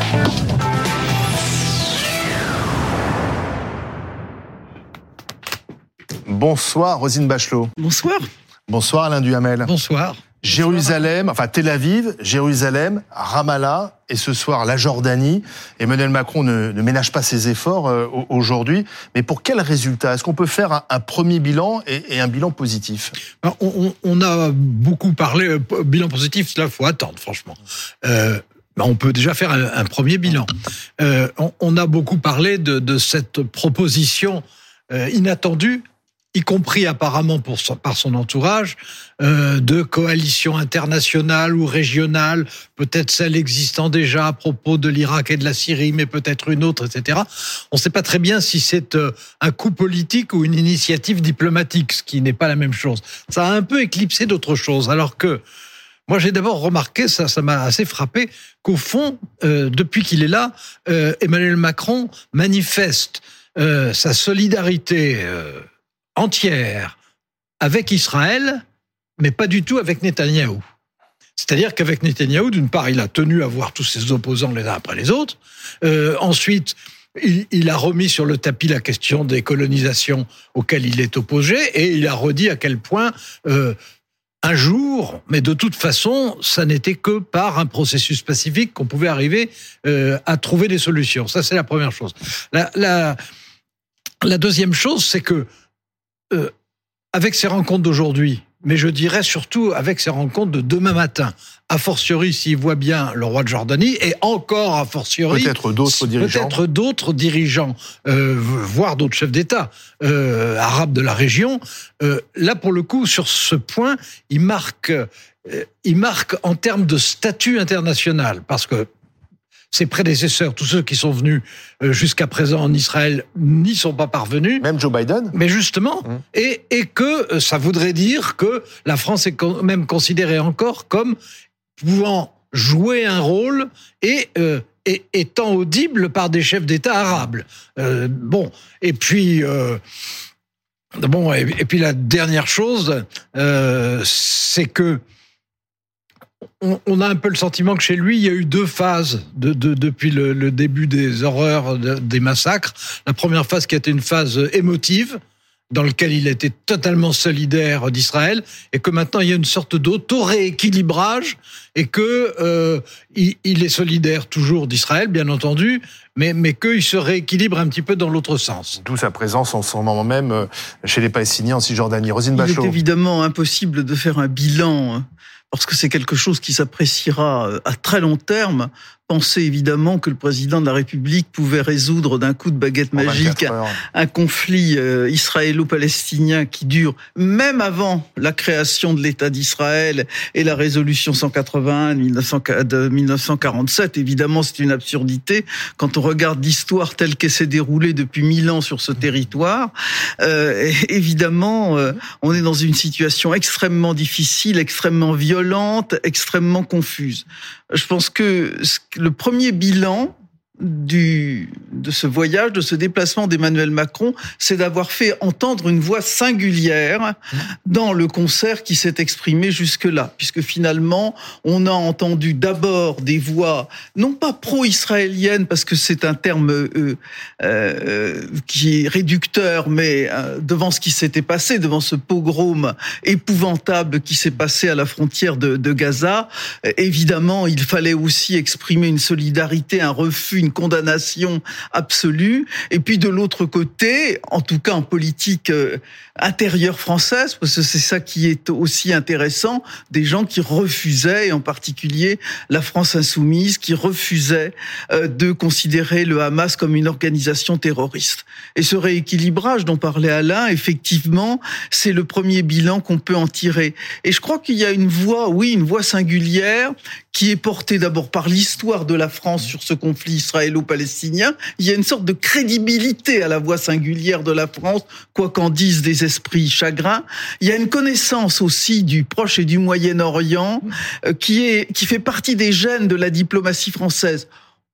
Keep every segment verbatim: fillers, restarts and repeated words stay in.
Bonsoir Roselyne Bachelot. Bonsoir. Bonsoir Alain Duhamel. Bonsoir. Jérusalem, enfin Tel Aviv, Jérusalem, Ramallah et ce soir la Jordanie. Emmanuel Macron ne, ne ménage pas ses efforts euh, aujourd'hui. Mais pour quel résultat ? Est-ce qu'on peut faire un, un premier bilan et, et un bilan positif ? on, on, on a beaucoup parlé, euh, bilan positif, là, il faut attendre, franchement. Euh, ben on peut déjà faire un, un premier bilan. Euh, on, on a beaucoup parlé de, de cette proposition euh, inattendue, y compris apparemment pour son, par son entourage, euh, de coalition internationale ou régionale, peut-être celle existant déjà à propos de l'Irak et de la Syrie, mais peut-être une autre, et cetera. On ne sait pas très bien si c'est euh, un coup politique ou une initiative diplomatique, ce qui n'est pas la même chose. Ça a un peu éclipsé d'autres choses, alors que moi j'ai d'abord remarqué, ça, ça m'a assez frappé, qu'au fond, euh, depuis qu'il est là, euh, Emmanuel Macron manifeste euh, sa solidarité euh, entière avec Israël, mais pas du tout avec Netanyahou. C'est-à-dire qu'avec Netanyahou, d'une part, il a tenu à voir tous ses opposants les uns après les autres. Euh, ensuite, il, il a remis sur le tapis la question des colonisations auxquelles il est opposé, et il a redit à quel point euh, un jour, mais de toute façon, ça n'était que par un processus pacifique qu'on pouvait arriver euh, à trouver des solutions. Ça, c'est la première chose. La, la, la deuxième chose, c'est que Euh, avec ces rencontres d'aujourd'hui, mais je dirais surtout avec ces rencontres de demain matin, a fortiori s'il voit bien le roi de Jordanie, et encore a fortiori peut-être d'autres dirigeants, peut-être d'autres dirigeants, euh, voire d'autres chefs d'État euh, arabes de la région. Euh, là, pour le coup, sur ce point, il marque, euh, il marque en termes de statut international, parce que ses prédécesseurs, tous ceux qui sont venus jusqu'à présent en Israël, n'y sont pas parvenus. Même Joe Biden. Mais justement, mmh. et, et que ça voudrait dire que la France est même considérée encore comme pouvant jouer un rôle et, euh, et étant audible par des chefs d'État arabes. Euh, bon, et puis... Euh, bon, et, et puis la dernière chose, euh, c'est que on a un peu le sentiment que chez lui, il y a eu deux phases de, de, depuis le, le début des horreurs, de, des massacres. La première phase qui a été une phase émotive, dans laquelle il était totalement solidaire d'Israël, et que maintenant il y a une sorte d'auto-rééquilibrage, et que euh, il, il est solidaire toujours d'Israël, bien entendu, mais, mais qu'il se rééquilibre un petit peu dans l'autre sens. D'où sa présence en ce moment même chez les Palestiniens en Cisjordanie. Roselyne Bachelot. Il est évidemment impossible de faire un bilan, parce que c'est quelque chose qui s'appréciera à très long terme. Pensez évidemment que le président de la République pouvait résoudre d'un coup de baguette magique un conflit euh, israélo-palestinien qui dure même avant la création de l'État d'Israël et la résolution cent quatre-vingt-un de mille neuf cent quarante-sept. Évidemment, c'est une absurdité quand on regarde l'histoire telle qu'elle s'est déroulée depuis mille ans sur ce territoire. Euh, évidemment, euh, on est dans une situation extrêmement difficile, extrêmement violente, extrêmement confuse. Je pense que le premier bilan du, de ce voyage, de ce déplacement d'Emmanuel Macron, c'est d'avoir fait entendre une voix singulière dans le concert qui s'est exprimé jusque-là. Puisque finalement, on a entendu d'abord des voix, non pas pro-israéliennes, parce que c'est un terme euh, euh, qui est réducteur, mais euh, devant ce qui s'était passé, devant ce pogrom épouvantable qui s'est passé à la frontière de, de Gaza, euh, évidemment, il fallait aussi exprimer une solidarité, un refus, une condamnation absolue. Et puis de l'autre côté, en tout cas en politique euh, intérieure française, parce que c'est ça qui est aussi intéressant, des gens qui refusaient, et en particulier la France insoumise, qui refusait euh, de considérer le Hamas comme une organisation terroriste. Et ce rééquilibrage dont parlait Alain, effectivement, c'est le premier bilan qu'on peut en tirer. Et je crois qu'il y a une voix, oui, une voix singulière, qui est portée d'abord par l'histoire de la France sur ce conflit israélo-palestinien. Il y a une sorte de crédibilité à la voix singulière de la France, quoi qu'en disent des esprits chagrins. Il y a une connaissance aussi du Proche et du Moyen-Orient euh, qui est qui fait partie des gènes de la diplomatie française.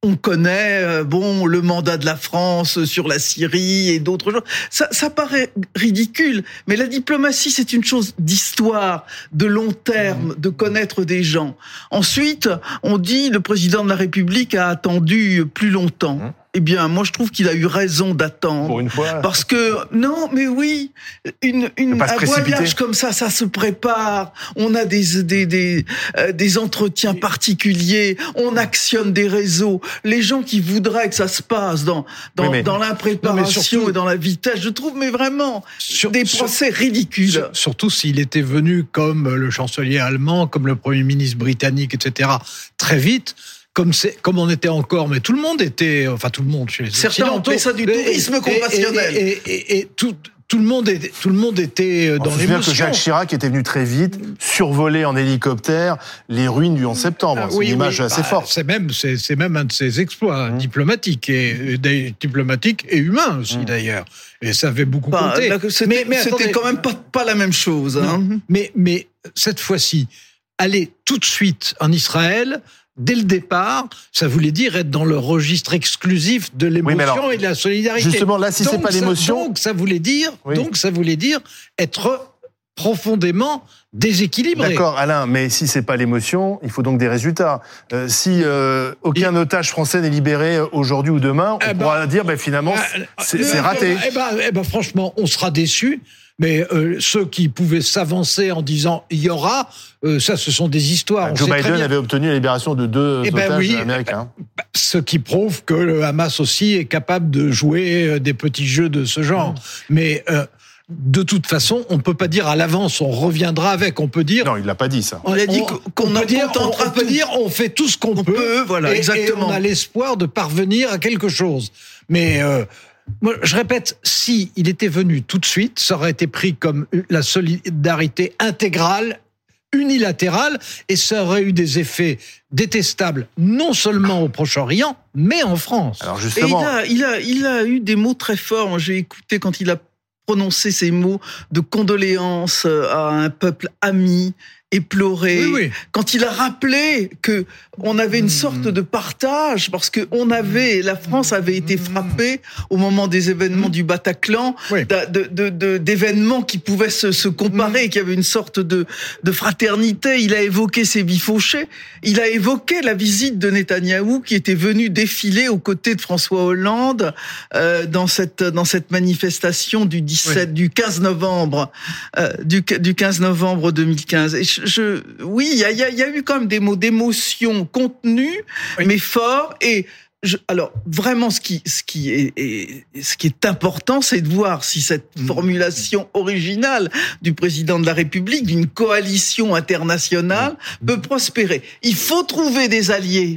on connaît, euh, bon, le mandat de la France sur la Syrie et d'autres choses. Ça, ça paraît ridicule, mais la diplomatie, c'est une chose d'histoire, de long terme, de connaître des gens. Ensuite, on dit le président de la République a attendu plus longtemps. Mmh. Eh bien, moi, je trouve qu'il a eu raison d'attendre. Pour une fois. Parce que, non, mais oui, une, une, un voyage comme ça, ça se prépare. On a des, des, des, euh, des entretiens particuliers. On actionne des réseaux. Les gens qui voudraient que ça se passe dans, dans, oui, mais, dans l'impréparation surtout, et dans la vitesse, je trouve, mais vraiment, sur, des procès sur, ridicules. Sur, surtout s'il était venu comme le chancelier allemand, comme le premier ministre britannique, et cetera, très vite. Comme c'est, comme on était encore, mais tout le monde était, enfin tout le monde chez les Certains ont fait ça du tourisme compassionnel. Et, et, et, et, et tout, tout le monde était, tout le monde était dans l'émotion. C'est que Jacques Chirac était venu très vite, survoler en hélicoptère les ruines du onze septembre. C'est oui, une image oui, assez bah, forte. C'est même, c'est, c'est même un de ses exploits mmh. diplomatiques et, et diplomatiques et humains aussi mmh. d'ailleurs. Et ça avait beaucoup bah, compté. Là, c'était, mais, mais c'était attendez, quand même pas, pas la même chose. Hein. Mais, mais cette fois-ci, aller tout de suite en Israël. Dès le départ, ça voulait dire être dans le registre exclusif de l'émotion oui, alors, et de la solidarité. Justement, là, si donc, c'est pas l'émotion, ça, donc ça voulait dire, oui. donc ça voulait dire être profondément déséquilibré. D'accord, Alain, mais si c'est pas l'émotion, il faut donc des résultats. Euh, si euh, aucun et... otage français n'est libéré aujourd'hui ou demain, on eh pourra ben, dire, ben finalement, euh, c'est, euh, c'est raté. Eh ben, eh ben, franchement, on sera déçus. Mais euh, ceux qui pouvaient s'avancer en disant il y aura, euh, ça, ce sont des histoires. On Joe Biden avait obtenu la libération de deux eh ben otages oui, américains. Bah, ce qui prouve que le Hamas aussi est capable de jouer des petits jeux de ce genre. Mmh. Mais euh, de toute façon, on ne peut pas dire à l'avance on reviendra avec. On peut dire. Non, il l'a pas dit ça. On a dit on, qu'on on peut dire, on, on peut dire on fait tout ce qu'on on peut. peut voilà, et, exactement. Et on a l'espoir de parvenir à quelque chose. Mais euh, moi, je répète, si il était venu tout de suite, ça aurait été pris comme la solidarité intégrale, unilatérale, et ça aurait eu des effets détestables, non seulement au Proche-Orient, mais en France. Alors justement, et il a, il a, il a eu des mots très forts. J'ai écouté quand il a prononcé ces mots de condoléances à un peuple ami, éploré, oui, oui. quand il a rappelé que on avait une sorte de partage parce que on avait, la France avait été frappée au moment des événements du Bataclan, oui. de, de, de, d'événements qui pouvaient se, se comparer, qu'il y avait une sorte de, de fraternité. Il a évoqué ces bifauchés. Il a évoqué la visite de Netanyahou qui était venu défiler aux côtés de François Hollande euh, dans cette dans cette manifestation du dix-sept, oui. du quinze novembre, euh, du, du quinze novembre deux mille quinze. Et je, je, oui, il y a, y, a, y a eu quand même des mots d'émotion contenus, oui. mais forts. Et je, alors vraiment, ce qui, ce qui est, est, ce qui est important, c'est de voir si cette mmh. formulation originale du président de la République, d'une coalition internationale, mmh. peut prospérer. Il faut trouver des alliés.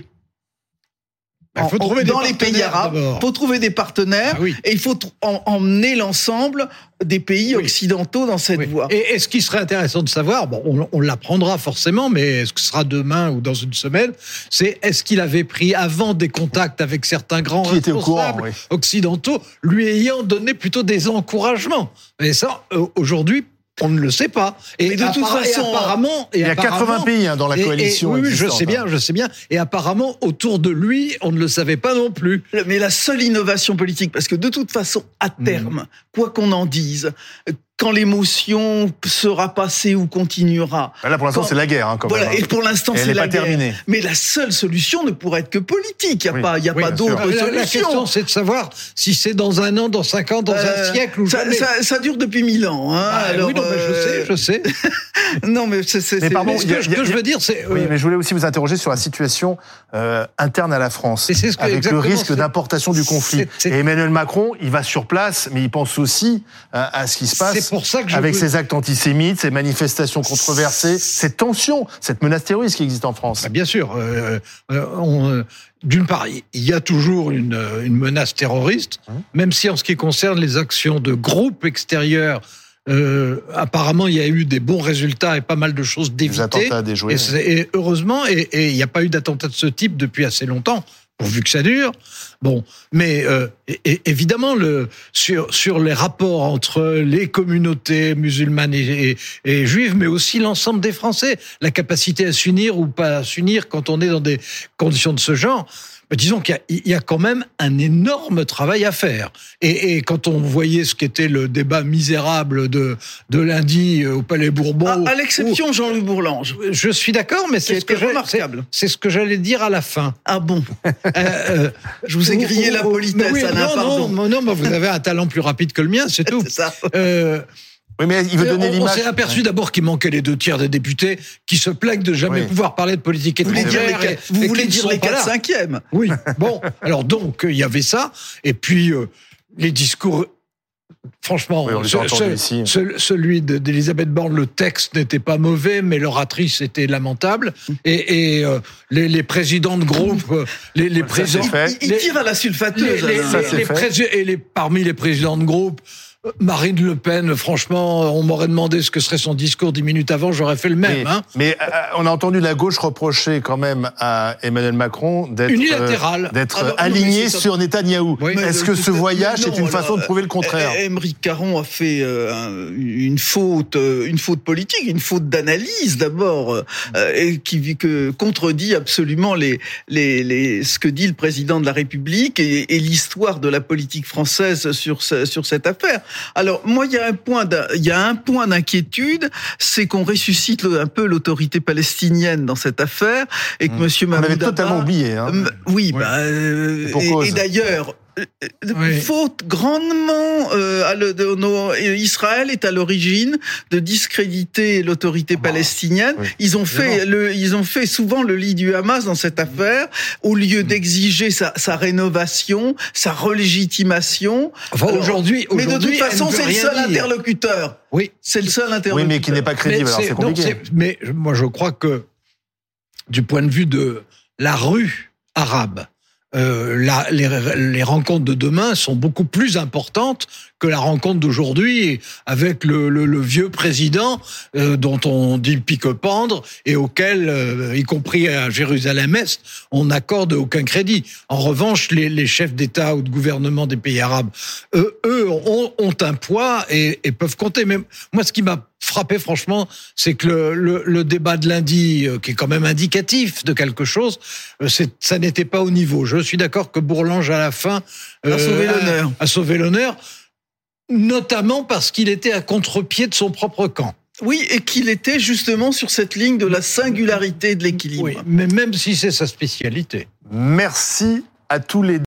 Il faut trouver dans des les pays arabes, il faut trouver des partenaires ah oui. et il faut en, emmener l'ensemble des pays oui. occidentaux dans cette oui. voie. Et, et ce qui serait intéressant de savoir, bon, on, on l'apprendra forcément, mais est-ce que ce sera demain ou dans une semaine, c'est est-ce qu'il avait pris avant des contacts avec certains grands qui responsables courant, oui. occidentaux, lui ayant donné plutôt des encouragements. Et ça, aujourd'hui, on ne le sait pas. Et mais de toute façon, et apparemment, et il y a quatre-vingts pays hein, dans la coalition. Et, et, oui, je sais bien, je sais bien. Et apparemment, autour de lui, on ne le savait pas non plus. Mais la seule innovation politique, parce que de toute façon, à terme, mmh. quoi qu'on en dise, quand l'émotion sera passée ou continuera. Là, pour l'instant, quand... c'est la guerre. Hein, quand voilà, même. Et pour l'instant, et c'est la pas guerre. Terminée. Mais la seule solution ne pourrait être que politique. Il n'y a oui. pas, il y a oui, pas d'autre la, solution. La question, c'est de savoir si c'est dans un an, dans cinq ans, dans euh, un siècle ou ça, jamais. Ça, ça dure depuis mille ans. Hein, ah, alors, oui, non, mais je sais, je sais. non, mais c'est... c'est, mais pardon, mais ce que, a, ce que a, je veux dire, c'est... Oui, euh... mais je voulais aussi vous interroger sur la situation euh, interne à la France, c'est ce que, avec le risque c'est... d'importation du conflit. C'est, c'est... Et Emmanuel Macron, il va sur place, mais il pense aussi à, à ce qui se passe c'est pour ça que je avec veux... ces actes antisémites, ces manifestations controversées, cette tension, cette menace terroriste qui existe en France. Bah bien sûr. Euh, on, euh, d'une part, il y a toujours une, une menace terroriste, mmh. même si en ce qui concerne les actions de groupes extérieurs, euh, apparemment, il y a eu des bons résultats et pas mal de choses d'éviter. Des attentats déjoués. Et, et heureusement, et, et il n'y a pas eu d'attentats de ce type depuis assez longtemps. Pourvu que ça dure. Bon, mais euh, et, évidemment, le, sur, sur les rapports entre les communautés musulmanes et, et, et juives, mais aussi l'ensemble des Français, la capacité à s'unir ou pas à s'unir quand on est dans des conditions de ce genre. Ben, disons qu'il y a, il y a quand même un énorme travail à faire. Et, et quand on voyait ce qu'était le débat misérable de, de lundi au Palais Bourbon... À, à l'exception où, Jean-Louis Bourlanges. Je suis d'accord, mais c'est ce, que remarquable. C'est, c'est ce que j'allais dire à la fin. Ah bon euh, euh, Je vous ai grillé ou, la politesse, oui, Alain, non, pardon. Non, non, mais vous avez un talent plus rapide que le mien, c'est tout. C'est ça. Euh, Oui, mais il veut donner on, l'image. On s'est aperçu ouais. d'abord qu'il manquait les deux tiers des députés qui se plaignent de jamais oui. pouvoir parler de politique étrangère. Vous, et, vous et voulez dire les quatre cinquièmes. Oui, bon, alors donc, il y avait ça, et puis euh, les discours... Franchement, oui, ce, ce, ce, celui d'Elisabeth Borne, le texte n'était pas mauvais, mais l'oratrice était lamentable. Et, et euh, les, les présidents de groupe, les, les ouais, présidents, il, il tire à la sulfateuse. Les, les, les, les prési- et les, parmi les présidents de groupe, Marine Le Pen, franchement, on m'aurait demandé ce que serait son discours dix minutes avant, j'aurais fait le même. Oui, hein. Mais euh, on a entendu la gauche reprocher quand même à Emmanuel Macron d'être unilatéral, euh, d'être alors, aligné non, ça... sur Netanyahou. Oui. Est-ce que ce voyage non, est une alors, façon de prouver le contraire ? Émeric Caron a fait euh, une faute, une faute politique, une faute d'analyse d'abord, euh, et qui que contredit absolument les, les, les, ce que dit le président de la République et, et l'histoire de la politique française sur sur cette affaire. Alors moi, il y a un point, il y a un point d'inquiétude, c'est qu'on ressuscite un peu l'autorité palestinienne dans cette affaire et que mmh. Monsieur Mahmoud Abbas... On avait totalement oublié. Hein. Euh, oui, ouais. bah, euh, et, et d'ailleurs. Oui. Faute grandement euh, à le, de, no, Israël est à l'origine de discréditer l'autorité ah, palestinienne. Oui. Ils ont fait le, ils ont fait souvent le lit du Hamas dans cette affaire au lieu d'exiger sa, sa rénovation, sa relégitimation. Enfin, alors, aujourd'hui, mais de toute façon, c'est le seul dire. interlocuteur. Oui, c'est le seul interlocuteur. Oui, mais qui n'est pas crédible. Mais alors c'est, c'est compliqué. Donc, c'est, mais moi, je crois que du point de vue de la rue arabe. Euh, la, les, les rencontres de demain sont beaucoup plus importantes que la rencontre d'aujourd'hui avec le, le, le vieux président euh, dont on dit pique-pendre et auquel, euh, y compris à Jérusalem-Est, on n'accorde aucun crédit. En revanche, les, les chefs d'État ou de gouvernement des pays arabes, eux, eux ont, ont un poids et, et peuvent compter. Mais moi, ce qui m'a frappé, franchement, c'est que le, le, le débat de lundi, euh, qui est quand même indicatif de quelque chose, euh, c'est, ça n'était pas au niveau. Je suis d'accord que Bourlanges, à la fin, euh, a sauvé l'honneur. A, a sauvé l'honneur, notamment parce qu'il était à contre-pied de son propre camp. Oui, et qu'il était justement sur cette ligne de la singularité de l'équilibre. Oui, mais même si c'est sa spécialité. Merci à tous les deux.